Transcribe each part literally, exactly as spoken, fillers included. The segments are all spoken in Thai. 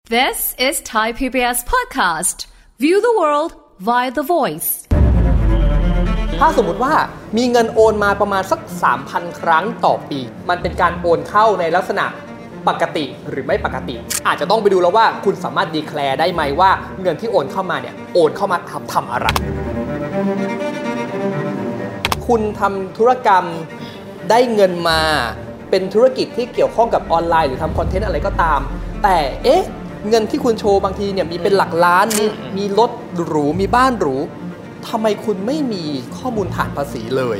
This is Thai พี บี เอส podcast. View the world via the voice. ถ้าสมมุติว่ามีเงินโอนมาประมาณสัก สามพัน ครั้งต่อปีมันเป็นการโอนเข้าในลักษณะปกติหรือไม่ปกติอาจจะต้องไปดูแล้วว่าคุณสามารถดีแคลร์ได้ไหมว่าเงินที่โอนเข้ามาเนี่ยโอนเข้ามาทำทำอะไรคุณทำธุรกรรมได้เงินมาเป็นธุรกิจที่เกี่ยวข้องกับออนไลน์หรือทำคอนเทนต์อะไรก็ตามแต่เอ๊ะเงินที่คุณโชว์บางทีเนี่ยมีเป็นหลักล้านมีมีรถหรูมีบ้านหรูทำไมคุณไม่มีข้อมูลฐานภาษีเลย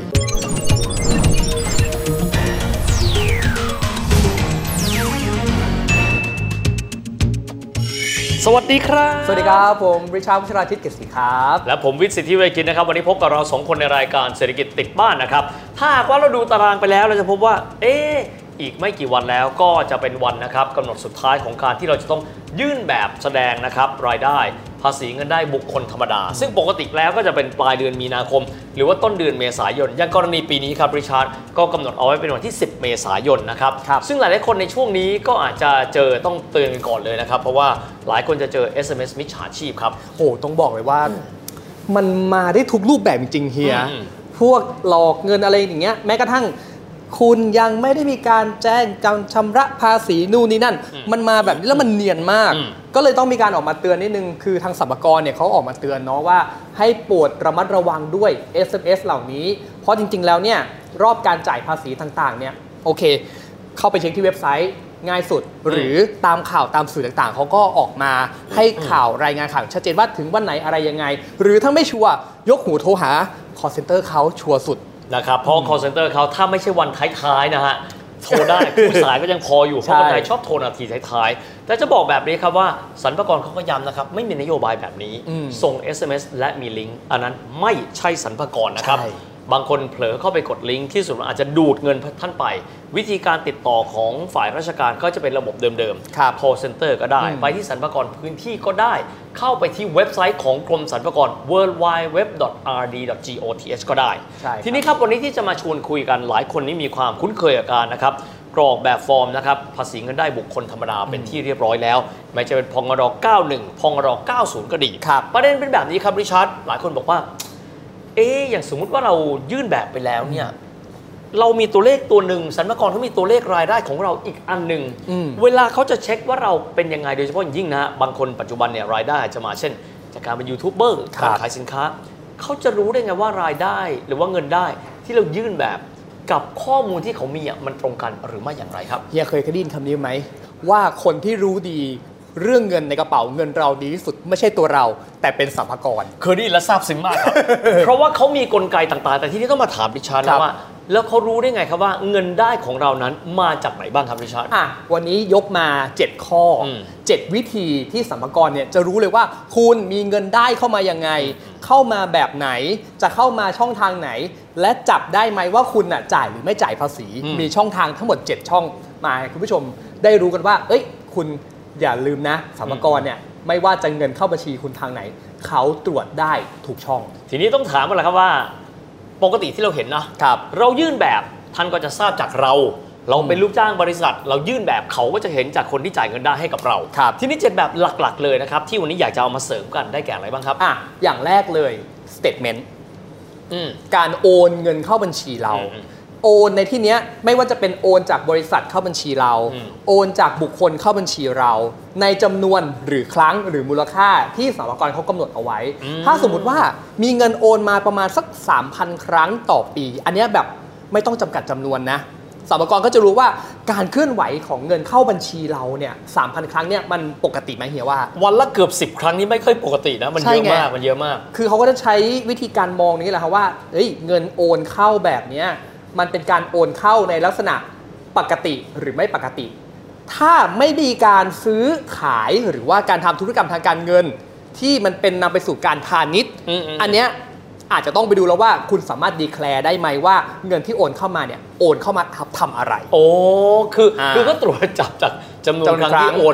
สวัสดีครับสวัสดีครับผมริชาร์ด พัชราทิตย์เกษตรครับและผมวิทย์ สิทธิเวชกิจนะครับวันนี้พบกับเราสองคนในรายการเศรษฐกิจติดบ้านนะครับถ้าหากว่าเราดูตารางไปแล้วเราจะพบว่าเอ๊ะอีกไม่กี่วันแล้วก็จะเป็นวันนะครับกำหนดสุดท้ายของการที่เราจะต้องยื่นแบบแสดงนะครับรายได้ภาษีเงินได้บุคคลธรรมดาซึ่งปกติแล้วก็จะเป็นปลายเดือนมีนาคมหรือว่าต้นเดือนเมษายนอย่างกรณีปีนี้ครับริชาร์ดก็กำหนดเอาไว้เป็นวันที่สิบเมษายนนะครับซึ่งหลายๆคนในช่วงนี้ก็อาจจะเจอต้องเตือนกันก่อนเลยนะครับเพราะว่าหลายคนจะเจอ เอส เอ็ม เอส มิจฉาชีพครับโอ้ต้องบอกเลยว่ามันมาได้ทุกรูปแบบจริงๆเฮียพวกหลอกเงินอะไรอย่างเงี้ยแม้กระทั่งคุณยังไม่ได้มีการแจ้งการชำระภาษีนู่นนี่นั่นมันมาแบบนี้แล้วมันเนียนมากก็เลยต้องมีการออกมาเตือนนิดนึงคือทางสรรพากรเนี่ยเขาออกมาเตือนเนาะว่าให้โปรดระมัดระวังด้วย เอส เอ็ม เอส เหล่านี้เพราะจริงๆแล้วเนี่ยรอบการจ่ายภาษีต่างๆเนี่ยโอเคเข้าไปเช็คที่เว็บไซต์ง่ายสุดหรือตามข่าวตามสื่อต่างๆเขาก็ออกมาให้ข่าวรายงานข่าวชัดเจนว่าถึงวันไหนอะไรยังไงหรือถ้าไม่ชัวร์ยกหูโทรหา call center เขาชัวร์สุดนะครับเพราะ call center เขาถ้าไม่ใช่วันท้ายๆนะฮะโทรได้ผู้สายก็ยังพออยู่เพราะคนไทยชอบโทรนาทีท้ายๆแต่จะบอกแบบนี้ครับว่าสรรพากรเขาก็ย้ำนะครับไม่มีนโยบายแบบนี้ส่ง เอส เอ็ม เอส และมีลิงก์อันนั้นไม่ใช่สรรพากรนะครับบางคนเผลอเข้าไปกดลิงก์ที่สุดอาจจะดูดเงินท่านไปวิธีการติดต่อของฝ่ายราชการก็จะเป็นระบบเดิมๆ call center ก็ได้ไปที่สรรพากรพื้นที่ก็ได้เข้าไปที่เว็บไซต์ของกรมสรรพากร ดับเบิลยู ดับเบิลยู ดับเบิลยู ดอท อาร์ ดี ดอท จี โอ ที เอช ก็ได้ทีนี้ครับวันนี้ที่จะมาชวนคุยกันหลายคนนี้มีความคุ้นเคยกับการนะครับกรอกแบบฟอร์มนะครับภาษีเงินได้บุคคลธรรมดาเป็นที่เรียบร้อยแล้วไม่จะเป็นพงรเก้าสิบเอ็ดพงรเก้าสิบก็ดีประเด็นเป็นแบบนี้ครับริชาร์ดหลายคนบอกว่าเอ๊ะอย่างสมมุติว่าเรายื่นแบบไปแล้วเนี่ยเรามีตัวเลขตัวหนึ่งสรรพากรเขามีตัวเลขรายได้ของเราอีกอันหนึ่งเวลาเขาจะเช็คว่าเราเป็นยังไงโดยเฉพาะอย่างยิ่งนะบางคนปัจจุบันเนี่ยรายได้จะมาเช่นจากการเป็นยูทูบเบอร์การขายสินค้าเขาจะรู้ได้ไงว่ารายได้หรือว่าเงินได้ที่เรายื่นแบบกับข้อมูลที่เขามีอ่ะมันตรงกันหรือไม่อย่างไรครับเฮียเคยได้ยินคำนี้ไหมว่าคนที่รู้ดีเรื่องเงินในกระเป๋าเงินเราดีที่สุดไม่ใช่ตัวเราแต่เป็นสรรพากรเคยได้ยินและทราบซึ้งมากครับ เพราะว่าเขามีกลไกต่างๆแต่ที่นี่ต้องมาถามดิฉันนะว่าแล้วเขารู้ได้ไงครับว่าเงินได้ของเรานั้นมาจากไหนบ้างครับดิฉันอ่ะวันนี้ยกมาเจ็ดข้อเจ็ดวิธีที่สรรพากรเนี่ยจะรู้เลยว่าคุณมีเงินได้เข้ามายังไงเข้ามาแบบไหนจะเข้ามาช่องทางไหนและจับได้ไหมว่าคุณน่ะจ่ายหรือไม่จ่ายภาษีมีช่องทางทั้งหมดเจ็ดช่องมาให้คุณผู้ชมได้รู้กันว่าเอ้ยคุณอย่าลืมนะสรรพากรเนี่ยไม่ว่าจะเงินเข้าบัญชีคุณทางไหนเขาตรวจได้ถูกช่องทีนี้ต้องถามกันแหละครับว่าปกติที่เราเห็นนะครับเรายื่นแบบท่านก็จะทราบจากเราเราเป็นลูกจ้างบริษัทเรายื่นแบบเขาก็จะเห็นจากคนที่จ่ายเงินได้ให้กับเราทีนี้เจ็ดแบบหลักๆเลยนะครับที่วันนี้อยากจะเอามาเสริมกันได้แก่อะไรบ้างครับอ่ะอย่างแรกเลย statement การโอนเงินเข้าบัญชีเราโอนในที่นี้ไม่ว่าจะเป็นโอนจากบริษัทเข้าบัญชีเราโอนจากบุคคลเข้าบัญชีเราในจำนวนหรือครั้งหรือมูลค่าที่สรรพากรเขากำหนดเอาไว้ถ้าสมมุติว่ามีเงินโอนมาประมาณสัก สามพัน ครั้งต่อปีอันนี้แบบไม่ต้องจำกัดจำนวนนะสรรพากรก็จะรู้ว่าการเคลื่อนไหวของเงินเข้าบัญชีเราเนี่ย สามพัน ครั้งเนี่ยมันปกติไหมเฮียว่าวันละเกือบสิบครั้งนี้ไม่ค่อยปกตินะมันเยอะมากมันเยอะมากคือเขาก็จะใช้วิธีการมองนี้แหละครับว่าเฮ้ยเงินโอนเข้าแบบเนี้ยมันเป็นการโอนเข้าในลักษณะปกติหรือไม่ปกติถ้าไม่มีการซื้อขายหรือว่าการทำธุรกรรมทางการเงินที่มันเป็นนำไปสู่การพาณิชย์ อ, อันเนี้ยอาจจะต้องไปดูแล้วว่าคุณสามารถดีแคลร์ได้ไหมว่าเงินที่โอนเข้ามาเนี่ยโอนเข้ามาทำอะไรโอ้คือคือก็ตรวจจับจากจำนวนครั้งที่โอน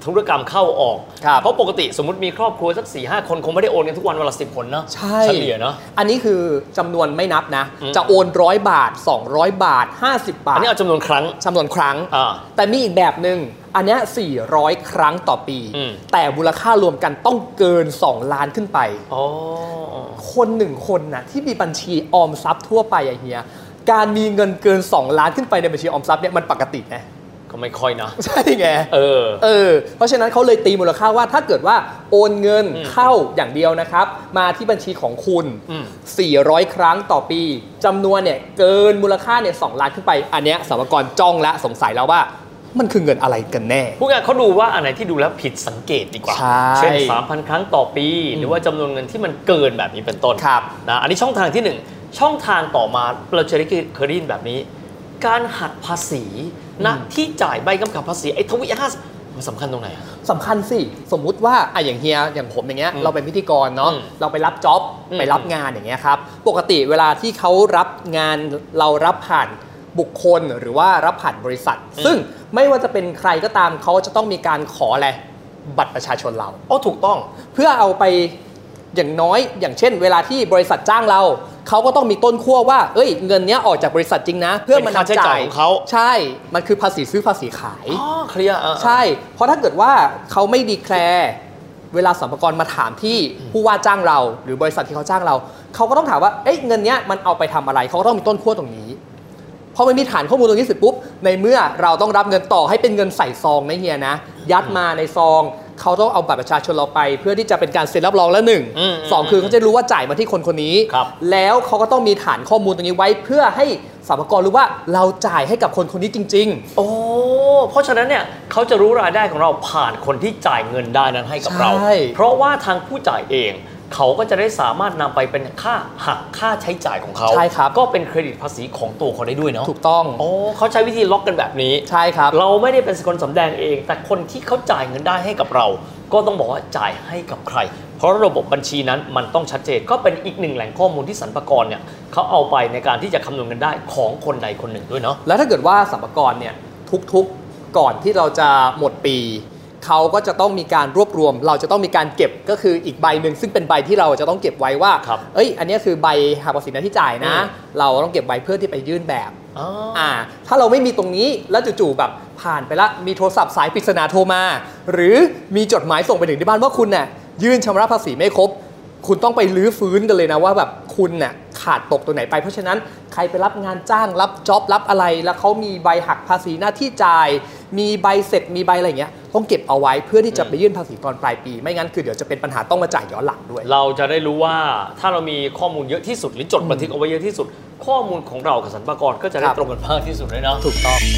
ธุรกรรมเข้าออกเพราะปกติสมมติมีครอบครัวสัก สี่ห้า คนคงไม่ได้โอนกันทุกวันวันละสิบคนเนาะใช่เฉลี่ยเนาะอันนี้คือจำนวนไม่นับนะจะโอนร้อยบาทสองร้อยบาทห้าสิบบาทอันนี้เอาจำนวนครั้งจำนวนครั้งแต่มีอีกแบบนึงอันนี้สี่ร้อยครั้งต่อปีแต่มูลค่ารวมกันต้องเกินสองล้านขึ้นไปคนหนึ่งคนนะที่มีบัญชีออมทรัพย์ทั่วไปอย่างเงี้ยการมีเงินเกินสองล้านขึ้นไปในบัญชีออมทรัพย์เนี่ยมันปกตินะก็ไม่ค่อยนะใช่ไงเออเออเพราะฉะนั้นเขาเลยตีมูลค่าว่าถ้าเกิดว่าโอนเงินเข้าอย่างเดียวนะครับมาที่บัญชีของคุณสี่ร้อยครั้งต่อปีจำนวนเนี่ยเกินมูลค่าเนี่ยสองล้านขึ้นไปอันเนี้ยสรรพากรจ้องและสงสัยแล้วว่ามันคือเงินอะไรกันแน่ผู้งานเขาดูว่าอันไหนที่ดูแล้วผิดสังเกตดีกว่าเช่น สามพัน ครั้งต่อปีหรือว่าจำนวนเงินที่มันเกินแบบนี้เป็นต้นนะอันนี้ช่องทางที่หนึ่งช่องทางต่อมาเราจะได้เคยได้ยินแบบนี้การหักภาษีณที่จ่ายใบกำกับภาษีไอ้ทวีห้ามันสำคัญตรงไหนสำคัญสิสมมุติว่าอ่ะอย่างเฮียอย่างผมอย่างเงี้ยเราเป็นพิธีกรเนาะเราไปรับจ็อบไปรับงานอย่างเงี้ยครับปกติเวลาที่เขารับงานเรารับผ่านบุคคลหรือว่ารับผ่านบริษัทซึ่งไม่ว่าจะเป็นใครก็ตามเขาจะต้องมีการขออะไรบัตรประชาชนเราอ๋อถูกต้องเพื่อเอาไปอย่างน้อยอย่างเช่นเวลาที่บริษัทจ้างเราเขาก็ต้องมีต้นขั้วว่าเอ้ยเงินเนี้ยออกจากบริษัทจริงนะเพื่อมันใช้จ่ายของเขาใช่มันคือภาษีซื้อภาษีขายอ๋อเคลียร์ใช่เพราะถ้าเกิดว่าเขาไม่ดีแคลร์เวลาสรรพากรมาถามที่ผู้ว่าจ้างเราหรือบริษัทที่เขาจ้างเราเขาก็ต้องถามว่าเอ้ยเงินเนี้ยมันเอาไปทำอะไรเขาก็ต้องมีต้นขั้วตรงนี้พอมันมีฐานข้อมูลตรงนี้เสร็จปุ๊บในเมื่อเราต้องรับเงินต่อให้เป็นเงินใส่ซองนะเฮียนะยัดมาในซองเขาต้องเอาบัตรประชาชนเราไปเพื่อที่จะเป็นการเซ็นรับรองแล้วหนึ่งสองคือเขาจะรู้ว่าจ่ายมาที่คนคนนี้แล้วเขาก็ต้องมีฐานข้อมูลตรงนี้ไว้เพื่อให้สรรพากรรู้ว่าเราจ่ายให้กับคนคนนี้จริงๆโอ้เพราะฉะนั้นเนี่ยเขาจะรู้รายได้ของเราผ่านคนที่จ่ายเงินได้นั้นให้กับเราเพราะว่าทางผู้จ่ายเองเขาก็จะได้สามารถนำไปเป็นค่าหักค่าใช้จ่ายของเขาใช่ครับก็เป็นเครดิตภาษีของตัวเขาได้ด้วยเนาะถูกต้องโอ้เขาใช้วิธีล็อกกันแบบนี้ใช่ครับเราไม่ได้เป็นคนสำแดงเองแต่คนที่เขาจ่ายเงินได้ให้กับเราก็ต้องบอกว่าจ่ายให้กับใครเพราะระบบบัญชีนั้นมันต้องชัดเจนก็เป็นอีกหนึ่งแหล่งข้อมูลที่สรรพากรเนี่ยเขาเอาไปในการที่จะคำนวณกันได้ของคนใดคนหนึ่งด้วยเนาะแล้วถ้าเกิดว่าสรรพากรเนี่ยทุกๆก่อนที่เราจะหมดปีเขาก็จะต้องมีการรวบรวมเราจะต้องมีการเก็บก็คืออีกใบหนึ่งซึ่งเป็นใบที่เราจะต้องเก็บไว้ว่าเอ้ยอันนี้คือใบหักภาษีหน้าที่จ่ายนะเราต้องเก็บไว้เพื่อที่ไปยื่นแบบอ่าถ้าเราไม่มีตรงนี้แล้วจู่ๆแบบผ่านไปละมีโทรศัพท์สายปริศนาโทรมาหรือมีจดหมายส่งไปถึงที่บ้านว่าคุณน่ะยื่นชำระภาษีไม่ครบคุณต้องไปลื้อฟื้นกันเลยนะว่าแบบคุณน่ะขาดตกตัวไหนไปเพราะฉะนั้นใครไปรับงานจ้างรับจ็อบรับอะไรแล้วเขามีใบหักภาษีหน้าที่จ่ายมีใบเสร็จมีใบอะไรอย่างเงี้ยต้องเก็บเอาไว้เพื่อที่จะไปยื่นภาษีตอนปลายปีไม่งั้นคือเดี๋ยวจะเป็นปัญหาต้องมาจ่ายย้อนหลังด้วยเราจะได้รู้ว่าถ้าเรามีข้อมูลเยอะที่สุดหรือจดบันทึกเอาไว้เยอะที่สุดข้อมูลของเรากับสรรพากรก็จะได้ตรงกันมากที่สุดเลยเนาะถูกต้อง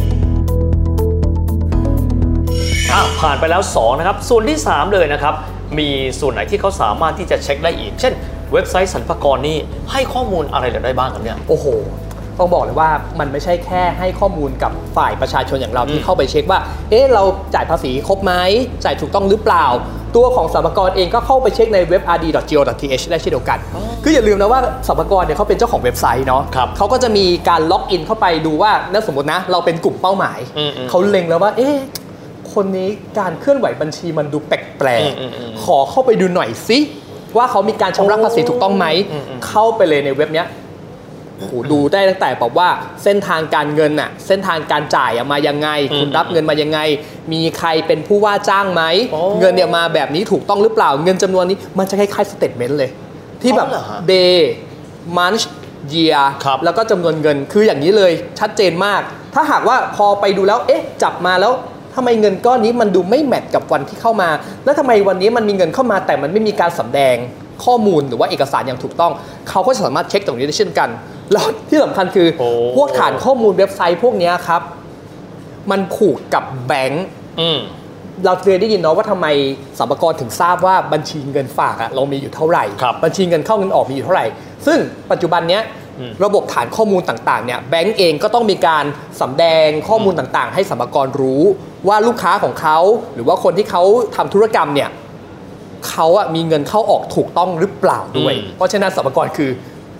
ผ่านไปแล้วสองนะครับส่วนที่สามเลยนะครับมีส่วนไหนที่เขาสามารถที่จะเช็คได้อีกเช่นเว็บไซต์สรรพากรนี่ให้ข้อมูลอะไรได้บ้างครับเนี่ยโอ้โหต้องบอกเลยว่ามันไม่ใช่แค่ให้ข้อมูลกับฝ่ายประชาชนอย่างเราที่เข้าไปเช็คว่าเอ๊ะเราจ่ายภาษีครบไหมจ่ายถูกต้องหรือเปล่าตัวของสรรพากรเองก็เข้าไปเช็คในเว็บ อาร์ ดี ดอท จี โอ ดอท ที เอช ได้เช่นเดียวกันคืออย่าลืมนะว่าสรรพากรเนี่ยเขาเป็นเจ้าของเว็บไซต์เนาะเขาก็จะมีการล็อกอินเข้าไปดูว่านั่นสมมตินะเราเป็นกลุ่มเป้าหมายเขาเล็งแล้วว่าเอ๊ะคนนี้การเคลื่อนไหวบัญชีมันดูแปลกๆขอเข้าไปดูหน่อยสิว่าเขามีการชำระภาษีถูกต้องไหมเข้าไปเลยในเว็บเนี้ยโหดูได้ตั้งแต่บอกว่าเส้นทางการเงินน่ะเส้นทางการจ่ายมายังไงคุณรับเงินมายังไงมีใครเป็นผู้ว่าจ้างไหมเงินเนี่ยมาแบบนี้ถูกต้องหรือเปล่าเงินจำนวนนี้มันจะคล้ายๆสเตทเมนต์เลยที่แบบ day month year แล้วก็จำนวนเงินคืออย่างนี้เลยชัดเจนมากถ้าหากว่าพอไปดูแล้วเอ๊ะจับมาแล้วทำไมเงินก้อนนี้มันดูไม่แมทกับวันที่เข้ามาแล้วทำไมวันนี้มันมีเงินเข้ามาแต่มันไม่มีการสำแดงข้อมูลหรือว่าเอกสารอย่างถูกต้องเขาก็สามารถเช็คตรงนี้ได้เช่นกันแล้วที่สำคัญคือพวกฐานข้อมูลเว็บไซต์พวกนี้ครับมันผูกกับแบงก์เราเคยได้ยินเนาะว่าทำไมสรรพากรถึงทราบว่าบัญชีเงินฝากอะเรามีอยู่เท่าไหร่บัญชีเงินเข้าเงินออกมีอยู่เท่าไหร่ซึ่งปัจจุบันเนี้ยระบบฐานข้อมูลต่างๆเนี่ยแบงก์เองก็ต้องมีการสำแดงข้อมูลต่างๆให้สรรพากรรู้ว่าลูกค้าของเขาหรือว่าคนที่เขาทำธุรกรรมเนี่ยเขาอะมีเงินเข้าออกถูกต้องหรือเปล่าด้วยเพราะฉะนั้นสรรพากรคือ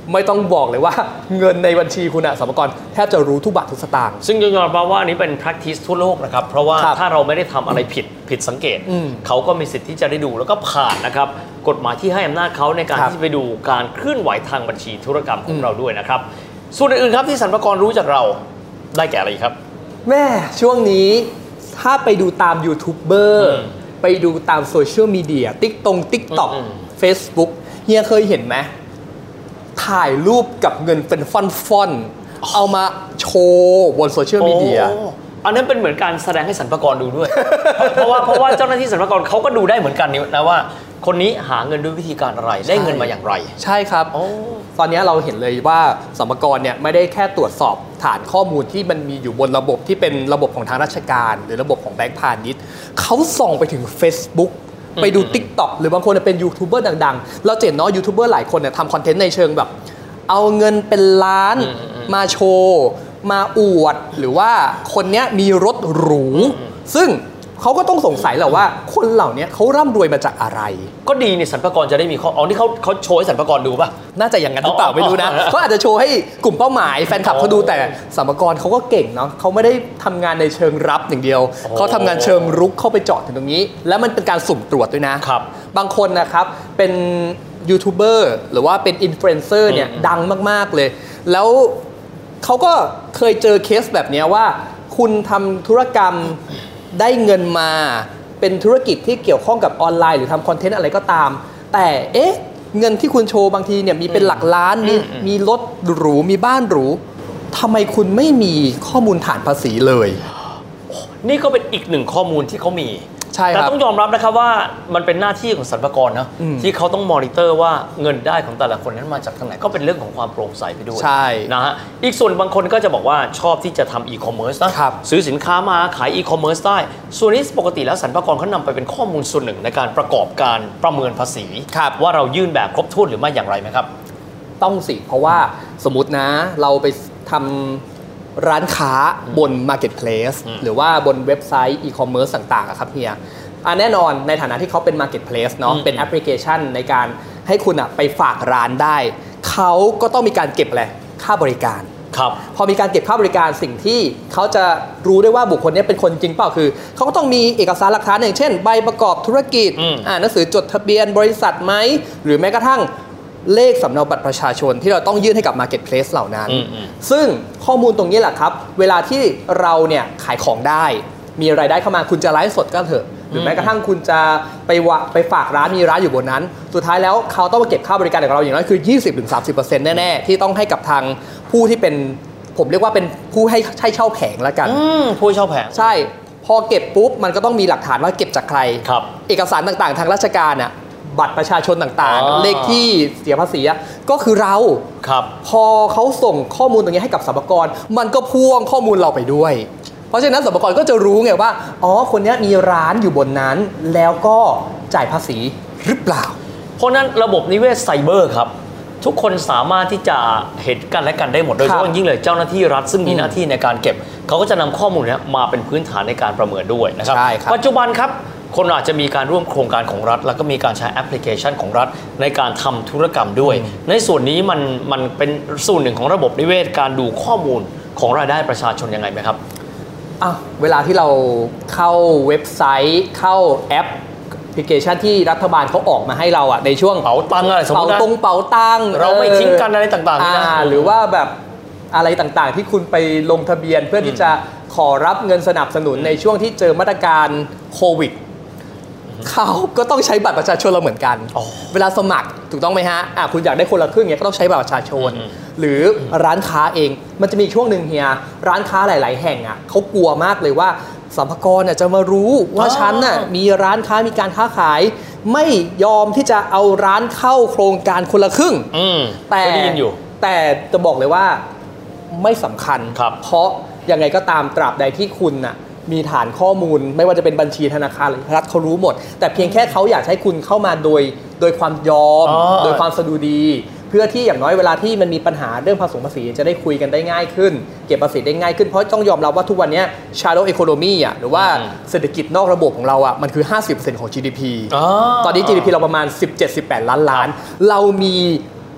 ไม่ต้องบอกเลยว่าเงินในบัญชีคุณอะสรรพากรแทบจะรู้ทุกบาททุกสตางค์ซึ่งยอมรับว่าอันนี้เป็น practice ทั่วโลกนะครับเพราะว่าถ้าเราไม่ได้ทำอะไรผิดผิดสังเกตเขาก็มีสิทธิ์ที่จะได้ดูแล้วก็ผ่านนะครับกฎหมายที่ให้อำนาจเขาในการที่จะไปดูการเคลื่อนไหวทางบัญชีธุรกรรมของเราด้วยนะครับส่วนอื่นๆครับที่สรรพากรรู้จากเราได้แก่อะไรครับแม่ช่วงนี้ถ้าไปดูตามยูทูบเบอร์ไปดูตามโซเชียลมีเดียติ๊กตงติ๊กต็อกเฟซบุ๊กเฮียเคยเห็นไหมถ่ายรูปกับเงินเป็นฟ่อนๆเอามาโชว์บนโซเชียลมีเดียอันนั้นเป็นเหมือนการแสดงให้สรรพากรดูด้วย เพราะว่าเพราะว่าเจ้าหน้าที่สรรพากรเขาก็ดูได้เหมือนกันนะว่าคนนี้หาเงินด้วยวิธีการอะไรได้เงินมาอย่างไรใช่ครับตอนนี้เราเห็นเลยว่าสรรพากรเนี่ยไม่ได้แค่ตรวจสอบฐานข้อมูลที่มันมีอยู่บนระบบที่เป็นระบบของทางราชการหรือระบบของแบงก์พาณิชย์เขาส่องไปถึง Facebook ไปดู TikTok หรือบางคนเป็นยูทูบเบอร์ดังๆเราเห็นเนาะยูทูบเบอร์หลายคนเนี่ยทำคอนเทนต์ในเชิงแบบเอาเงินเป็นล้านมาโชว์มาอวดหรือว่าคนนี้มีรถหรูซึ่งเขาก็ต้องสงสัยแหละว่าคนเหล่านี้เขาร่ำรวยมาจากอะไรก็ดีนี่สรรพากรจะได้มีข้ออ๋อที่เขาเขาโชว์ให้สรรพากรดูป่ะน่าจะอย่างนั้นหรือเปล่าไม่รู้นะเขาอาจจะโชว์ให้กลุ่มเป้าหมายแฟนคลับเขาดูแต่สรรพากรเขาก็เก่งเนาะเขาไม่ได้ทำงานในเชิงรับอย่างเดียวเขาทำงานเชิงรุกเข้าไปเจาะถึงตรงนี้แล้วมันเป็นการสุ่มตรวจด้วยนะครับบางคนนะครับเป็นยูทูบเบอร์หรือว่าเป็นอินฟลูเอนเซอร์เนี่ยดังมากๆเลยแล้วเขาก็เคยเจอเคสแบบนี้ว่าคุณทำธุรกรรมได้เงินมาเป็นธุรกิจที่เกี่ยวข้องกับออนไลน์หรือทำคอนเทนต์อะไรก็ตามแต่เอ๊ะเงินที่คุณโชว์บางทีเนี่ยมีเป็นหลักล้านมีมีรถหรูมีบ้านหรูทำไมคุณไม่มีข้อมูลฐานภาษีเลยนี่ก็เป็นอีกหนึ่งข้อมูลที่เขามีแต่ต้องยอมรับนะครับว่ามันเป็นหน้าที่ของสรรพากรนะที่เขาต้องมอนิเตอร์ว่าเงินได้ของแต่ละคนนั้นมาจากทางไหนก็เป็นเรื่องของความโปร่งใสไปด้วยนะฮะอีกส่วนบางคนก็จะบอกว่าชอบที่จะทำอีคอมเมิร์ซนะซื้อสินค้ามาขายอีคอมเมิร์ซได้ส่วนนี้ปกติแล้วสรรพากรเขานำไปเป็นข้อมูลส่วนหนึ่งในการประกอบการประเมินภาษีว่าเรายื่นแบบครบถ้วนหรือไม่อย่างไรไหมครับต้องสิเพราะว่าสมมตินะเราไปทำร้านค้าบน Marketplace หรือว่าบนเว็บไซต์อีคอมเมิร์ซต่างๆครับเฮียอ่ะแน่นอนในฐานะที่เขาเป็น Marketplace เนาะเป็นแอปพลิเคชันในการให้คุณอ่ะไปฝากร้านได้เขาก็ต้องมีการเก็บอะไรค่าบริการครับพอมีการเก็บค่าบริการสิ่งที่เขาจะรู้ได้ว่าบุคคลนี้เป็นคนจริงเปล่าคือเขาก็ต้องมีเอกสารหลักฐานอย่างเช่นใบประกอบธุรกิจอ่าหนังสือจดทะเบียนบริษัทไหมหรือแม้กระทั่งเลขสำเนาบัตรประชาชนที่เราต้องยื่นให้กับ Marketplace เหล่านั้นซึ่งข้อมูลตรงนี้แหละครับเวลาที่เราเนี่ยขายของได้มีรายได้เข้ามาคุณจะไลฟ์สดก็เถอะหรือแม้กระทั่งคุณจะไปวะไปฝากร้านมีร้านอยู่บนนั้นสุดท้ายแล้วเขาต้องมาเก็บค่าบริการจากเราอย่างน้อยคือ ยี่สิบถึงสามสิบเปอร์เซ็นต์ แน่ๆที่ต้องให้กับทางผู้ที่เป็นผมเรียกว่าเป็นผู้ให้ให้เช่าแผงแล้วกันผู้เช่าแผงใช่พอเก็บปุ๊บมันก็ต้องมีหลักฐานว่าเก็บจากใครเอกสารต่างๆทางราชการน่ะบัตรประชาชนต่างๆเลขที่เสียภาษีก็คือเราครับพอเขาส่งข้อมูลตรงนี้ให้กับสรรพากรมันก็พ่วงข้อมูลเราไปด้วยเพราะฉะนั้นสรรพากรก็จะรู้ไงว่าอ๋อคนนี้มีร้านอยู่บนนั้นแล้วก็จ่ายภาษีหรือเปล่าเพราะนั้นระบบนิเวศไซเบอร์ครับทุกคนสามารถที่จะเห็นกันและกันได้หมดโดยเฉพาะยิ่งเลยเจ้าหน้าที่รัฐซึ่งมีหน้าที่ในการเก็บเขาก็จะนำข้อมูลนี้มาเป็นพื้นฐานในการประเมินด้วยนะครับปัจจุบันครับคนอาจจะมีการร่วมโครงการของรัฐแล้วก็มีการใช้แอปพลิเคชันของรัฐในการทำธุรกรรมด้วยในส่วนนี้มันมันเป็นส่วนหนึ่งของระบบนิเวศการดูข้อมูลของรายได้ประชาชนยังไงไหมครับอ้าวเวลาที่เราเข้าเว็บไซต์เข้าแอปพลิเคชันที่รัฐบาลเขาออกมาให้เราอ่ะในช่วงเป๋าตังอะไรสมมติเป๋าตรงเป๋าตังเราไม่ทิ้งกันอะไรต่างๆนี่นะหรือว่าแบบอะไรต่างๆที่คุณไปลงทะเบียนเพื่อที่จะขอรับเงินสนับสนุนในช่วงที่เจอมาตรการโควิดเขาก็ต้องใช้บัตรประชาชนเราเหมือนกันเวลาสมัครถูกต้องไหมฮะอ่ะคุณอยากได้คนละครึ่งเนี่ยก็ต้องใช้บัตรประชาชนหรือร้านค้าเองมันจะมีช่วงหนึ่งเฮียร้านค้าหลายๆแห่งอ่ะเขากลัวมากเลยว่าสรรพากรเนี่ยจะมารู้ว่าฉันน่ะมีร้านค้ามีการค้าขายไม่ยอมที่จะเอาร้านเข้าโครงการคนละครึ่งแต่แต่จะบอกเลยว่าไม่สำคัญเพราะยังไงก็ตามตราบใดที่คุณน่ะมีฐานข้อมูลไม่ว่าจะเป็นบัญชีธนาคารหรือรัฐเขารู้หมดแต่เพียงแค่เขาอยากให้คุณเข้ามาโดยโดยความยอมโดยความสะดวกดีเพื่อที่อย่างน้อยเวลาที่มันมีปัญหาเรื่องภาษีภาษีจะได้คุยกันได้ง่ายขึ้นเก็บภาษีได้ง่ายขึ้นเพราะต้องยอมรับว่าทุกวันนี้ shadow economy อ่ะหรือว่าเศรษฐกิจนอกระบบของเราอ่ะมันคือ ห้าสิบเปอร์เซ็นต์ ของ จี ดี พี ตอนนี้ จี ดี พี เราประมาณ สิบเจ็ด สิบแปด ล้านล้านเรามี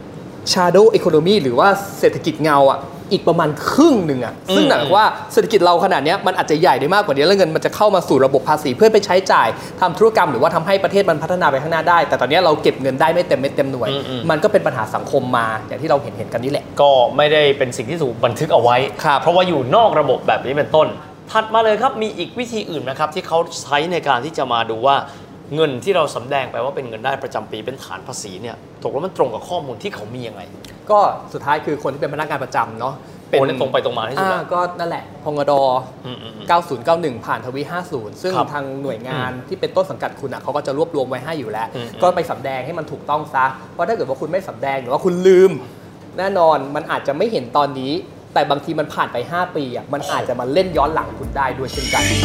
shadow economy หรือว่าเศรษฐกิจเงาอ่ะอีกประมาณครึ่งหนึ่งอ่ะซึ่งหมายความว่าเศรษฐกิจเราขนาดนี้มันอาจจะใหญ่ได้มากกว่านี้แล้วเงินมันจะเข้ามาสู่ระบบภาษีเพื่อไปใช้จ่ายทำธุรกรรมหรือว่าทำให้ประเทศมันพัฒนาไปข้างหน้าได้แต่ตอนนี้เราเก็บเงินได้ไม่เต็มเม็ดเต็มหน่วยมันก็เป็นปัญหาสังคมมาอย่างที่เราเห็นเห็นกันนี่แหละก็ไม่ได้เป็นสิ่งที่ถูกบันทึกเอาไว้เพราะว่าอยู่นอกระบบแบบนี้เป็นต้นถัดมาเลยครับมีอีกวิธีอื่นนะครับที่เขาใช้ในการที่จะมาดูว่าเงินที่เราสำแดงไปว่าเป็นเงินได้ประจำปีเป็นฐานภาษีเนี่ยตกลงมันตรงกับข้อมูลที่เขามียังไงก็สุดท้ายคือคนที่เป็นพนักงานประจำเนาะเป็นตรงไปตรงมาที่สุดก็นั่นแหละพงดเก้าศูนย์เก้าหนึ่งผ่านทวีห้าสิบซึ่งทางหน่วยงานที่เป็นต้นสังกัดคุณอ่ะเขาก็จะรวบรวมไว้ให้อยู่แล้วก็ไปสำแดงให้มันถูกต้องซะเพราะถ้าเกิดว่าคุณไม่สำแดงหรือว่าคุณลืมแน่นอนมันอาจจะไม่เห็นตอนนี้แต่บางทีมันผ่านไปห้าปีอ่ะมันอาจจะมาเล่นย้อนหลังคุณได้ด้วยเช่นกัน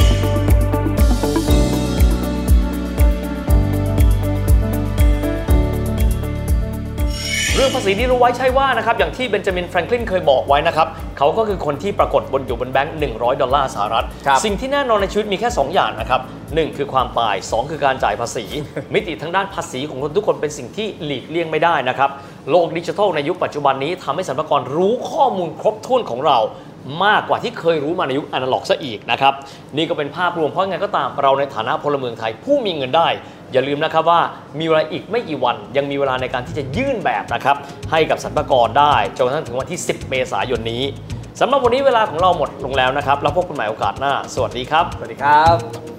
เรื่องภาษีนี่รู้ไว้ใช่ว่านะครับอย่างที่เบนจามินแฟรงคลินเคยบอกไว้นะครับเขาก็คือคนที่ปรากฏบนอยู่บนแบงค์หนึ่งร้อยดอลลาร์สหรัฐสิ่งที่แน่นอนในชีวิตมีแค่สองอย่างนะครับหนึ่งคือความตายสองคือการจ่ายภาษี มิติทางด้านภาษีของคนทุกคนเป็นสิ่งที่หลีกเลี่ยงไม่ได้นะครับโลกดิจิทัลในยุคปัจจุบันนี้ทำให้สรรพากรรู้ข้อมูลครบถ้วนของเรามากกว่าที่เคยรู้มาในยุคอนาล็อกซะอีกนะครับนี่ก็เป็นภาพรวมเพราะไงก็ตามเราในฐานะพลเมืองไทยผู้มีเงินได้อย่าลืมนะครับว่ามีเวลาอีกไม่กี่วันยังมีเวลาในการที่จะยื่นแบบนะครับให้กับสรรพากรได้จนกระทั่งถึงวันที่สิบเมษายนนี้สำหรับวันนี้เวลาของเราหมดลงแล้วนะครับแล้วพบกันใหม่โอกาสหน้าสวัสดีครับสวัสดีครับ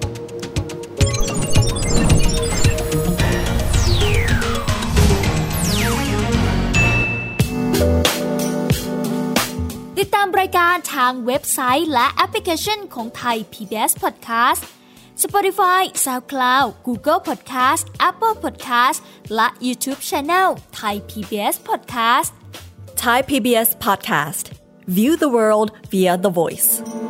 ติดตามรายการทางเว็บไซต์และแอปพลิเคชันของไทย พี บี เอส Podcast Spotify, SoundCloud, Google Podcast, Apple Podcast และ YouTube Channel Thai พี บี เอส Podcast Thai พี บี เอส Podcast View the world via the voice